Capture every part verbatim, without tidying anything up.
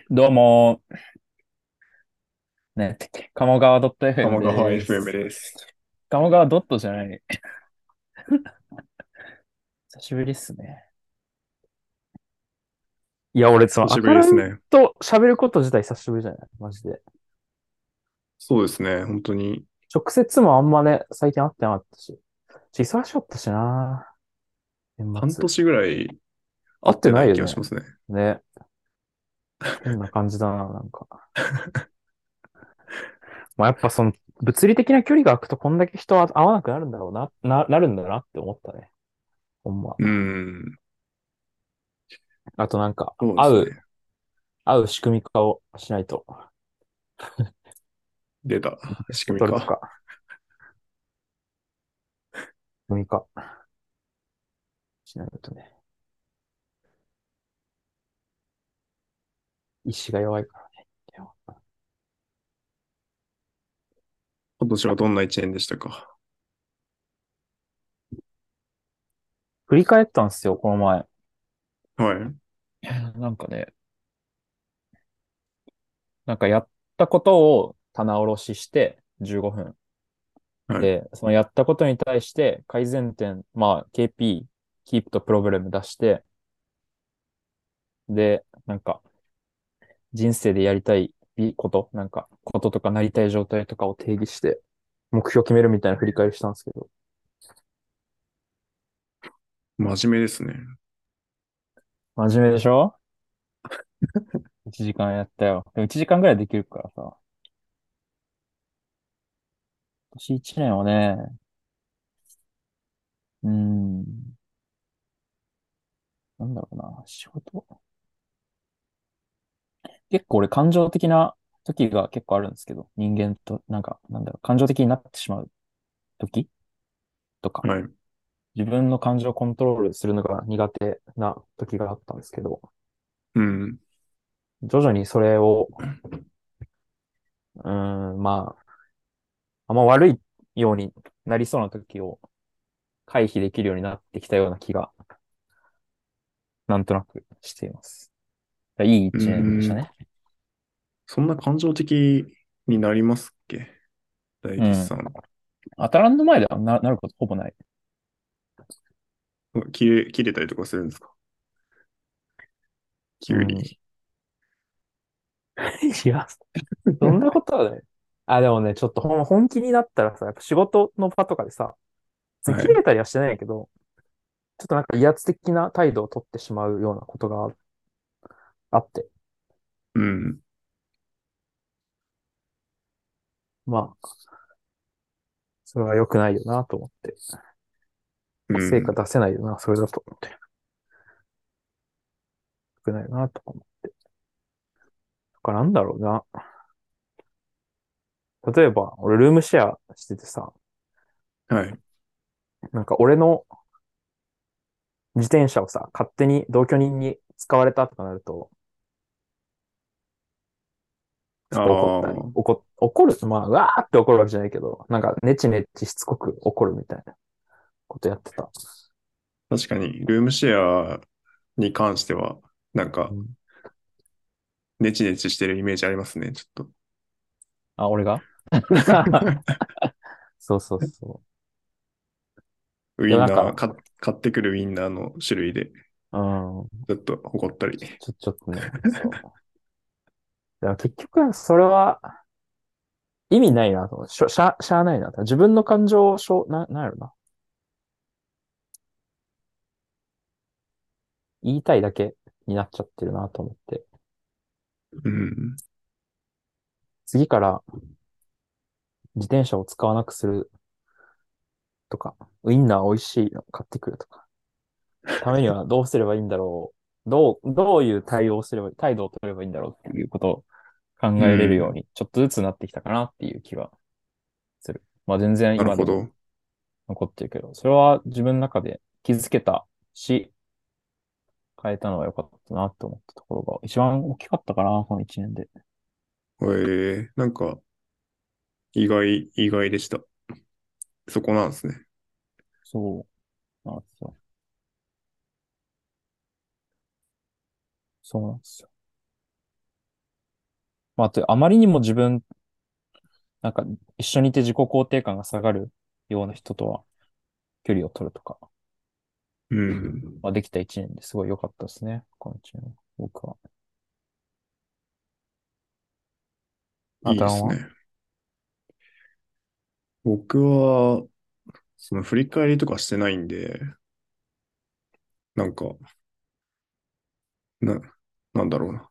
どうも、ね、鴨川 .fm 鴨川でエフエムす。 です。 鴨川ドットじゃない。久しぶりっすね。いや、俺、その久しぶり赤ランですね。 と喋ること自体久しぶりじゃないマジで。 そうですね。本当に直接もあんまね、最近会ってなかったし。ち忙しかったしな、年半末。 年ぐらい会会ってってないないよね。 気がしますね。 ね。変な感じだな、なんか。まあ、やっぱその、物理的な距離が空くとこんだけ人は会わなくなるんだろうな、な、なるんだなって思ったね。ほんま。 うーん。 あとなんか、会う、 そうですね。 会う仕組み化をしないと。 出た。仕テスト組みか。 取るとか。仕組み化しないとね。意志が弱いからね。 今年はどんな一年でしたか？ 振り返ったんですよ、この前。 はい。 なんかね、なんかやったことを棚卸ししてじゅうごふん。 はい。 で、そのやったことに対して改善点、まあ ケーピー、Keep と Problem 出して、で、なんか人生でやりたいこと、なんかこととかなりたい状態とかを定義して、目標決めるみたいな振り返りしたんですけど、 真面目ですね。 真面目でしょ？ いち 時間やったよ。でもいちじかんぐらいできるからさ。今年いちねんはね、うーん、なんだろうな、仕事結構俺感情的な時が結構あるんですけど、人間と、なんか、なんだろう、感情的になってしまう時とか、 はい。 自分の感情をコントロールするのが苦手な時があったんですけど、 うん。 徐々にそれを、うーん、まあ、あんま悪いようになりそうな時を回避できるようになってきたような気が、なんとなくしています。いいうー一年でしたん。 ね。 そんな感情的になりますっけ、大うん。 吉さん？ 当たらんの前ではな、なることほぼない。 切れ、切れたりとかするんですか？ うん。 急に。 いや、そんなことはない。あ、でもね、ちょっとほん本気になったらさ、やっぱ仕事の場とかでさ、別にはい。 切れたりはしてないけど、ちょっとなんか威圧的な態度を取ってしまうようなことがあって、 うん。 まあ、それは良くないよなと思って、成果うん。 出せないよな、それだと思って、良くないよなと思う。だからなんだろうな。例えば、俺ルームシェアしててさ、 はい。 なんか俺の自転車をさ、勝手に同居人に使われたとかなると、ちょあっと怒ったり、 あ。 怒、怒る、まあ、うわーって怒るわけじゃないけど、なんかネチネチしつこく怒るみたいなことやってた。 確かに、ルームシェアに関しては、なんか、 うん。 ネチネチしてるイメージありますね、ちょっあ、俺がそうそうそう。 と。ウインナー、 でもなんか、 か買ってくるウインナーの種類で、 うん、 ちょっと怒ったり。 ちょ、ちょっとね、そう。でも結局、それは意味ないなと思う。しょ、しゃ、しゃあないなと。自分の感情をしょ、な、なんやろな。言いたいだけになっちゃってるなと思って。 うん。 次から自転車を使わなくするとか、ウインナー美味しいの買ってくるとか、ためにはどうすればいいんだろう。どう、どういう対応をすれば、態度を取ればいいんだろうっていうことを考うえれるようん。 に、ちょっとずつなってきたかなっていう気はする。まあ全然今でもなるほど。 残ってるけど、それは自分の中で気づけたし、変えたのは良かったなって思ったところが一番大きかったかな、この一年で。 えー、なんか、意外、意外でした。そこなんですね。 そうなんですよ。そうなんですよ。 まあ、あと、あまりにも自分、なんか、一緒にいて自己肯定感が下がるような人とは距離を取るとか、 うん。 まあ、できた一年ですごい良かったですね。この一年、僕は。あいいだ名は？ ですね。僕は、その振り返りとかしてないんで、なんか、な、なんだろうな。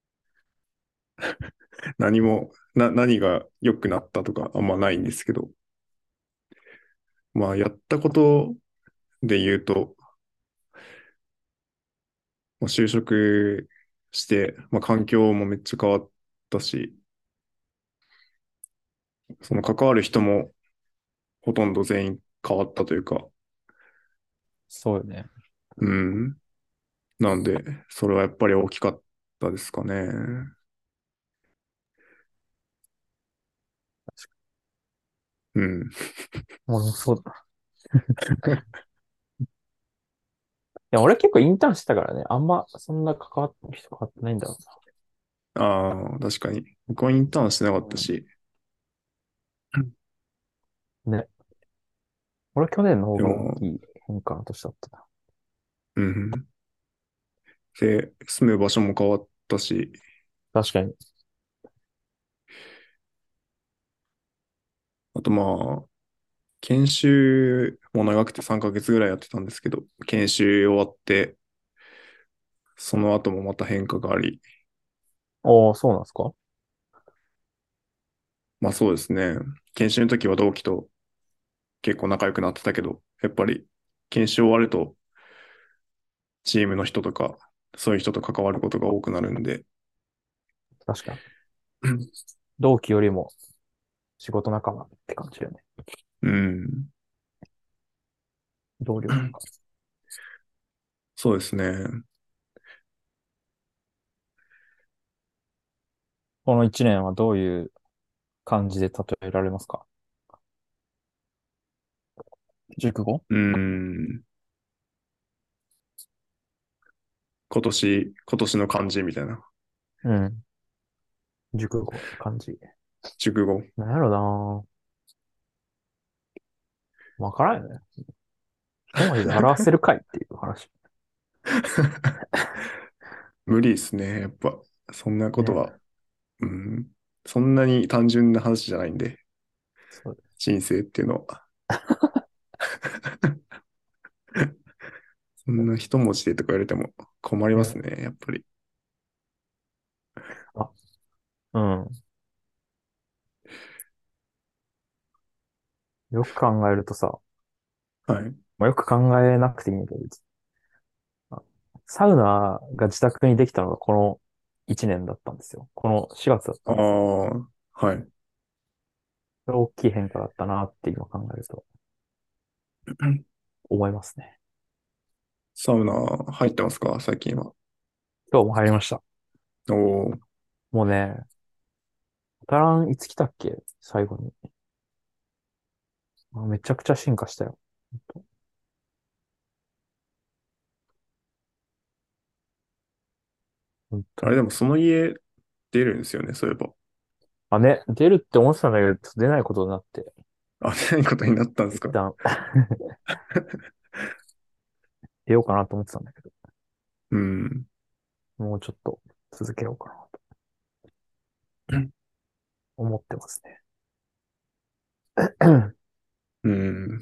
何も、な、何が良くなったとかあんまないんですけど、まあ、やったことで言うと、まあ、就職して、まあ、環境もめっちゃ変わったし、その関わる人もほとんど全員変わったというか、 そうよね。 うん。なんで、それはやっぱり大きかったですかね。うん。 俺もそうだ。いや、俺結構インターンしてたからね。あんま、そんな関わってる人変わってないんだろああ、確かに。僕はインターンしてなかったし、 うな。ね。俺去年の方が大でも、 きい変化の年だったな。 うん。で、住む場所も変わったし、 確かに。 あとまあ、研修も長くてさんかげつぐらいやってたんですけど、研修終わって、その後もまた変化があり、 ああ、そうなんですか？ まあそうですね。研修の時は同期と結構仲良くなってたけど、やっぱり研修終わるとチームの人とか、そういう人と関わることが多くなるんで、 確かに。同期よりも仕事仲間って感じだよね。 うん、 同僚とか。 そうですね。 この一年はどういう感じで例えられますか？熟語？ うん、今年、今年の漢字みたいな。 うん。熟語って感じ。 熟語。 なんやろな。わからんよね。一文字で表せるかいっていう話。 無理ですね。やっぱ、そんなことね。 は、うん、そんなに単純な話じゃないんで、 そう。 人生っていうのは。そんな一文字でとか言われても困りますね。 ね、やっぱり。 あ、うん。よく考えるとさ、 はい。 まあ、よく考えなくていいんだけど、別にあサウナが自宅にできたのがこのいちねんだったんですよ。このしがつだったあんですよ。 あ、はい。 それ大きい変化だったなって今考えると思いますね。 サウナ入ってますか最近は？ 今日も入りました。 おお、 もうね、タランいつ来たっけ最後に。あめちゃくちゃ進化したよ。本当に。 あれでもその家出るんですよね、そういえば。 あ、ね、出るって思ってたんだけど、出ないことになって、 あ、出ないことになったんですか？ 一旦出ようかなと思ってたんだけど、 うん。 もうちょっと続けようかなと思ってますね。 うん。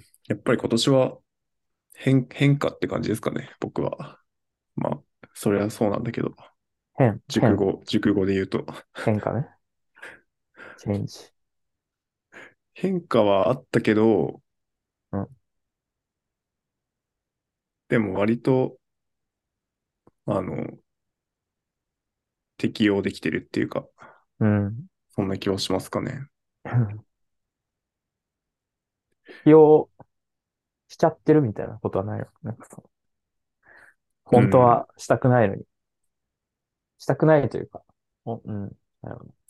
やっぱり今年は変、変化って感じですかね、僕は。まあ、それはそうなんだけど、 変、変、 熟語、熟語で言うと。 変化ね。チェンジ。 変化はあったけど、 うん。 でも割と、あの、適応できてるっていうか、 うん。 そんな気はしますかね。 起用しちゃってるみたいなことはないの？なんかその、本当うん。 はしたくないのに、したくないというか、ほうん。なるほど。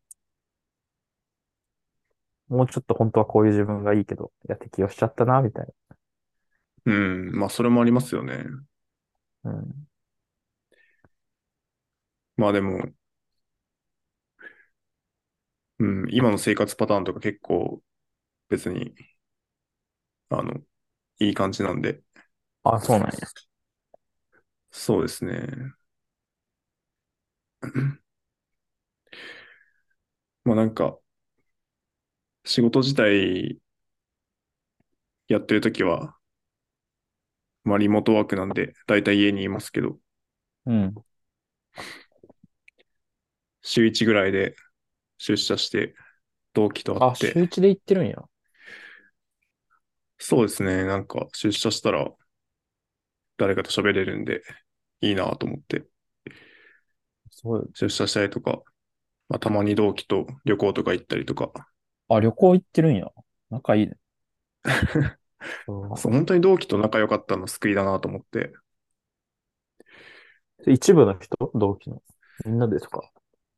もうちょっと本当はこういう自分がいいけど、いや、適用しちゃったな、みたいうん。まあ、それもありますよね。 な。うん。 まあでも、 うん、今の生活パターンとか結構別に、あの、いい感じなんで、 あ、そうなんや。 そうですね。まあなんか、仕事自体やってるときは、まあリモートワークなんで、だいたい家にいますけど、 うん。 週いちぐらいで出社して、同期と会っあ、 て、 週一で行ってるんや。 そうですね、なんか出社したら誰かと喋れるんで、いいなと思って、 そう。 出社したりとか、まあたまに同期と旅行とか行ったりとか、 あ、旅行行ってるんや。仲いいね。 そう、 そ本当に同期と仲良かったの救いだなと思って、 う。一部の人同期の。みんなでとか。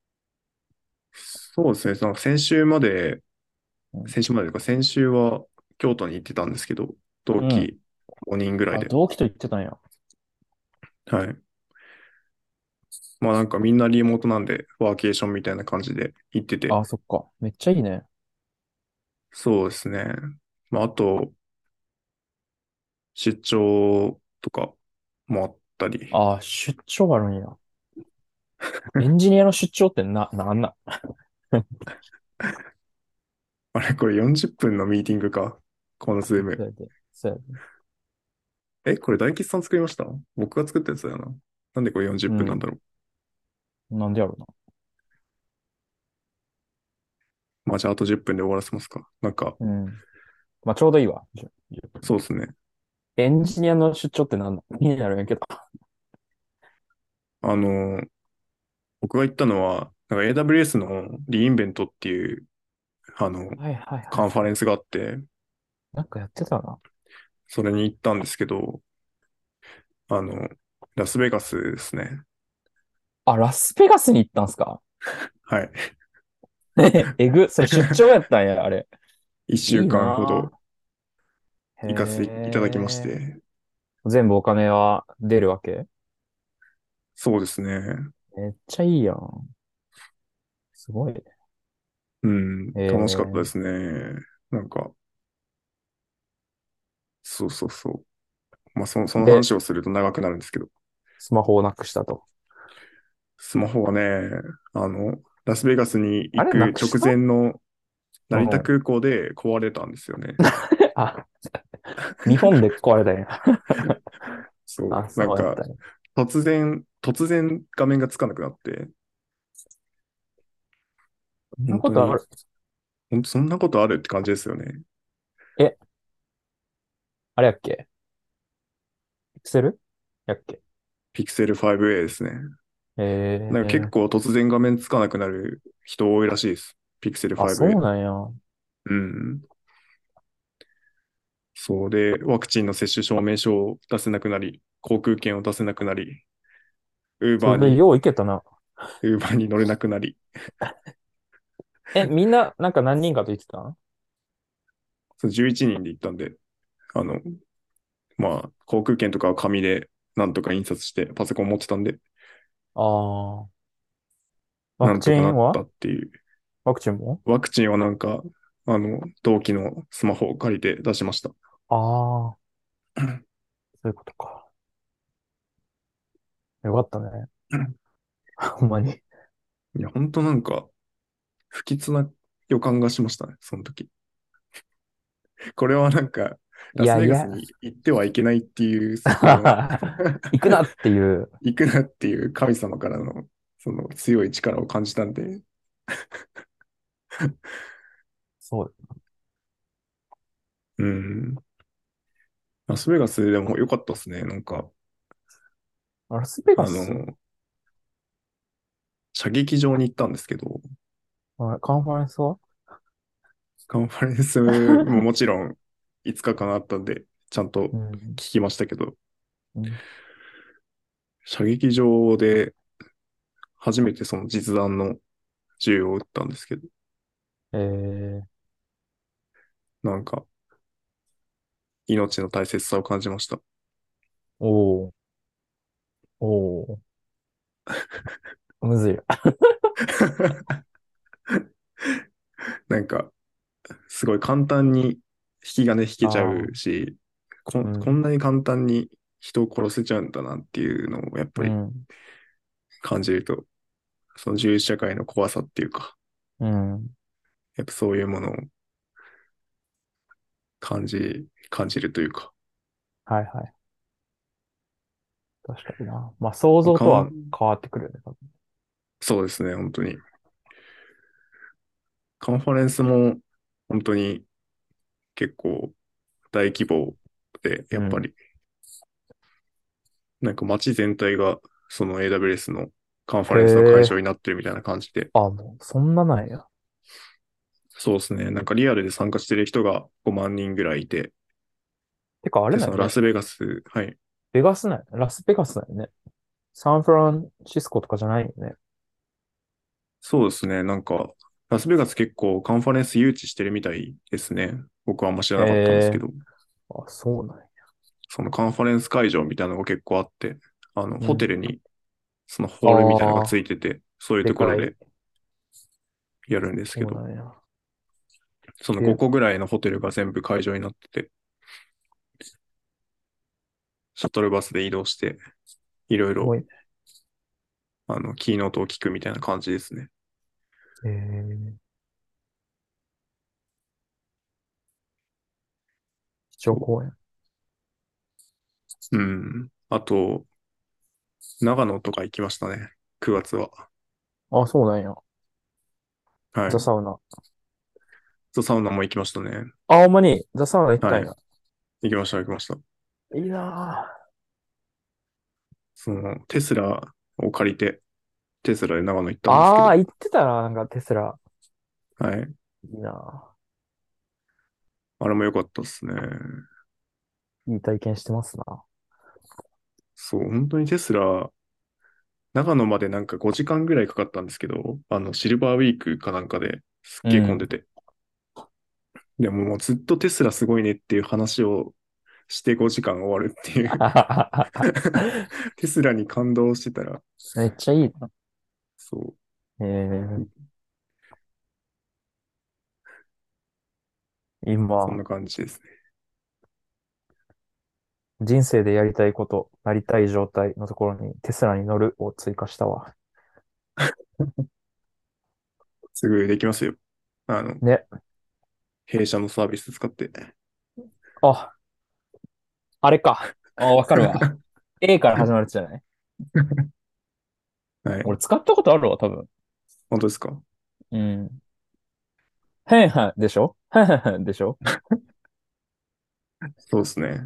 そうですね、なんか先週まで、 うん。 先週までというか先週は京都に行ってたんですけど、同うん。 期ごにんぐらいあ、 で。 同期と行ってたんや。 はい。まあなんかみんなリモートなんで、ワーケーションみたいな感じで行ってて。 あ、そっか。めっちゃいいね。 そうですね。まああと、出張とかもあったり。 あ、出張があるんや。エンジニアの出張ってな、なんなん？ あれこれよんじゅっぷんのミーティングか。このズーム。 そうやで。そうやで。 え、これ大吉さん作りました？僕が作ったやつだよな。なんでこれ40 うん。 分なんだろう。 なんでやろうな。 まあじゃああとじゅっぷんで終わらせますか。なんか、 うん。まあ、ちょうどいいわ。じゅそうですね。 エンジニアの出張ってなんだ気になるんやけど。 あの、僕が言ったのは、なんか エーダブリューエス のリインベントっていう、あの、 はいはいはいはい。 カンファレンスがあって、 なんかやってたな。 それに行ったんですけど、あの、ラスベガスですね。 あ、ラスベガスに行ったんすか？ はい。 えぐ、それ出張やったんや、あれ。 一週いい間ほどなぁ。へ行かせていただきましえ。 て、 全部お金は出るわけ？ そうですね。 めっちゃいいやん。すごいね。 うん、 へ楽しかったでえ。 すね。なんか、そうそうそう。まあ、その、そので、 話をすると長くなるんですけど、 スマホをなくしたと。 スマホはね、あの、ラスベガスにあれ、 行く直なくした？ 前の成田うん。 空港で壊れたんですよね。 あ、日本で壊れたんや。あ、 そう、なんか、 そうやったね。 突然、突然画面がつかなくなって、 そんな本当に、 ことある？ 本当そんなことあるって感じですよね。 え、あれやっけ？ピクセルやっけ？ ピクセル ファイブエー ですね。 えなんか結え。 構突然画面つかなくなる人多いらしいです。ピクセルあ、そうファイブエー。 なんや。 うん。そうで、ワクチンの接種証明書を出せなくなり、航空券を出せなくなり、ウーバーに、 それよういけたな。 ウーバーに乗れなくなり、 え、みんな、なんか何人かと言ってたん？ そのじゅういちにんで行ったんで、あの、まあ、航空券とかは紙でなんとか印刷してパソコン持ってたんで、 ああー。ワなクんとかなったチンは？ っていう。 ワクチンも？ ワクチンはなんか、あの、同期のスマホを借りて出しました。 ああー、そういうことか。よかったね。ほんまに。 いや、本当なんか、不吉な予感がしましたね、その時。これはなんか、ラスいやいや。 ベガスに行ってはいけないっていう設定の行くなっていう。 行くなっていう神様からの、その強い力を感じたんで、 そう。 うん。ラスベガスでも良かったですね。なんか、 ラスベガス？ あの、射撃場に行ったんですけど、 あカンファレンスは？ カンファレンスももちろんいつかかなったんで、ちゃんと聞うん。 きましたけど、 うん。 射撃場で初めてその実弾の銃を撃ったんですけど、 えー、 なんか命の大切さを感じました。 おー、おー、むずいよ。 すごい簡単に引き金引けちゃああ、 うし、こ、 うん、 こんなに簡単に人を殺せちゃうんだなっていうのをやっぱりうん、 感じると、その銃社会の怖さっていうか、 うん。 やっぱそういうものを感じ、感じるというか、 はいはい。確かにな。まあ想まあ、 像とはカン、 変わってくるよね、多分。 そうですね、本当に。カンファレンスも本当に結構大規模で、 うん。 やっぱり、なんか街全体がその エーダブリューエス のカンファへレンスの会場え。 になってるみたいな感じで、 あ、もう、そんななんや。 そうですね、なんかリアルで参加してる人がごまん人ぐらいいて、 てか、あれで、 なんよね。 そのラスベガス、はい、 ベガスなんよね。ラスベガスなんよね。サンフランシスコとかじゃないよね。 そうですね、なんか、ラスベガス結構カンファレンス誘致してるみたいですね。僕はあんま知らへなかったんですけえ。 ど、 あ、そうなんや。 そのカンファレンス会場みたいなのが結構あって、あの、 うん。 ホテルにそのホールみたいなのがつああ、 いてて、そういうでかい。 ところでやるんですけど、 そうなんや。 そので、 ごこぐらいのホテルが全部会場になってて、シャトルバスで移動して、いろいろ、 すごいね。 あの、キーノートを聞くみたいな感じですね。 へえ。基調そ講演。 う。うん。あと、長野とか行きましたね。くがつは。 あ、そうなんや。 はい。 ザサウナ。 とサウナも行きましたね。 あ、ほんまに、ザサウナ行ったはい。 んや。 行きました、行きました。 いいなその、テスラを借りて、テスラで長野行ったぁ。 んですけど、 ああ、行ってたな、なんかテスラ。 はい。 いいなあれも良かったですね。 ぁ。いい体験してますな。 そう、本当にテスラ、長野までなんかごじかんぐらいかかったんですけど、あの、シルバーウィークかなんかですっうん。 げえ混んでて。でももうずっとテスラすごいねっていう話をしてごじかん終わるっていうテスラに感動してたら、 めっちゃいいな。 そえー、 う、 今、 そんな感じですね。 人生でやりたいこと、なりたい状態のところにテスラに乗るを追加したわ。 すぐできますよ。あの、 ね。 弊社のサービス使って。 あ、あれか。あ、わかるわ。A から始まるやつじゃない？ はい。 俺使ったことあるわ、多分。 本当ですか？ うん。へんはんでしょ？へんはんでしょ？ そうですね。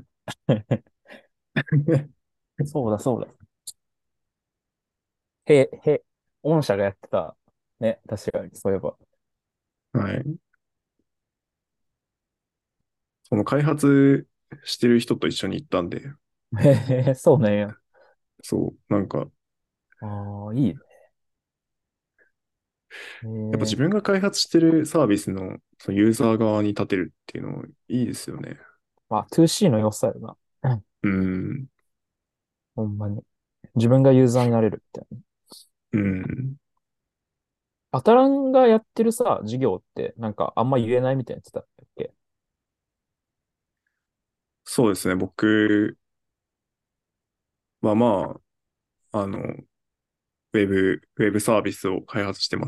そうだ、そうだ。へ、へ、御社がやってた。ね、確かに、そういえば。 はい。その開発してる人と一緒に行ったんで、 へへ、そうなんや。 そう、なんか、 ああ、いいね。えやっぱ自ー、 分が開発してるサービスのそのユーザー側に立てるっていうのいいですよね。 まあ、ツーシー の良さよな。うん、 うん、 ほんまに。自分がユーザーになれるみたいな。 うん。 アタランがやってるさ、事業って、なんかあんま言えないみたいなやつだったっけ？ そうですね。僕はまあ、あの、ウェブ、ウェブサービスを開発してます。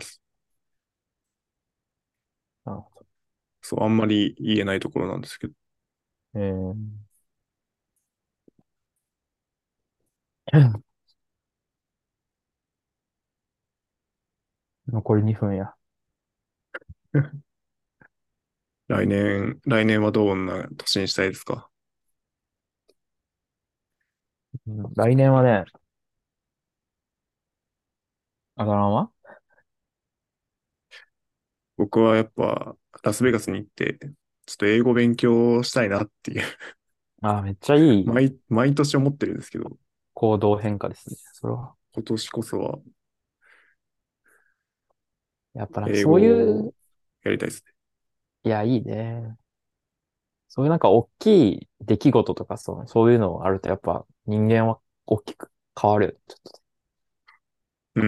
なるほそう、あんまり言えないところなんですけど。 ど。えー、残りにふんや。 来年、来年はどんな年にしたいですか？ うん、来年はね、アタランは僕はやっぱラスベガスに行って、ちょっと英語勉強したいなっていうああ、めっちゃいい毎、毎年思ってるんですけど、 行動変化ですね。それは。 今年こそはやっぱなんか英そうい語をう、 やりたいですね。 いや、いいね。そういうなんか大きい出来事とかそう、そういうのあるとやっぱ人間は大きく変わるよ。ちょっとうん。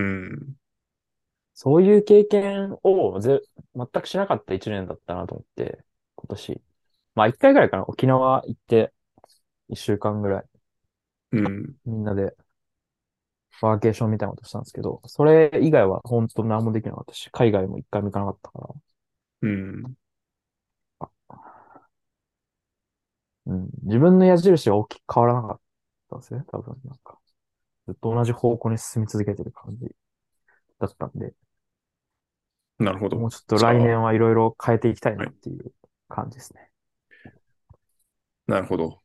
そういう経験をぜ、全くしなかった一年だったなと思って。 今年。まあ一回ぐらいかな。沖縄行って一週間ぐらいうん。 みんなでワーケーションみたいなことしたんですけど、それ以外は本当何もできなかったし、海外も一回も行かなかったから。 うん。 うん。自分の矢印は大きく変わらなかったんですよね。多分なんか。ずっと同じ方向に進み続けてる感じだったんで、 なるほど。 もうちょっとじゃあ、 来年はいろいろ変えていきたいなはい。 っていう感じですね。 なるほど。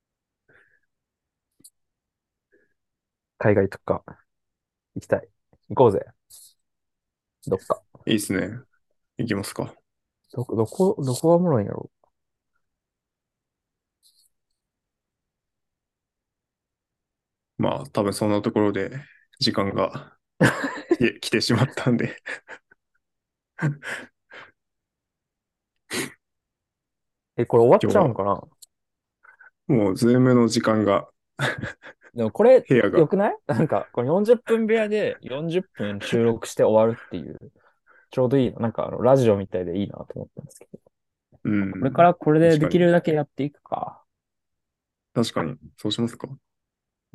海外とか行きたい。行こうぜ。どっか。 いいっすね。いきますか。 どこ、どこ、どこがおもろいんやろまあ、多分そんなところで時間が来て、来てしまったんで。 う。え、これ終わっ今日はちゃうんかな？ もうズームの時間が、 でもこれ部屋が、 良くない？なんか、このよんじゅっぷん部屋でよんじゅっぷん収録して終わるっていう、ちょうどいいの。なんかあの、ラジオみたいでいいなと思ったんですけど。 うこれかん、 らこれで確かに、 できるだけやっていくか。 確かに、そうしますか。 うん。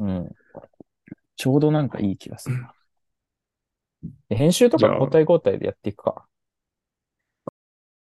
ちょうどなんかいい気がするな。で編集とか交じゃあ、 代交代でやっていくか。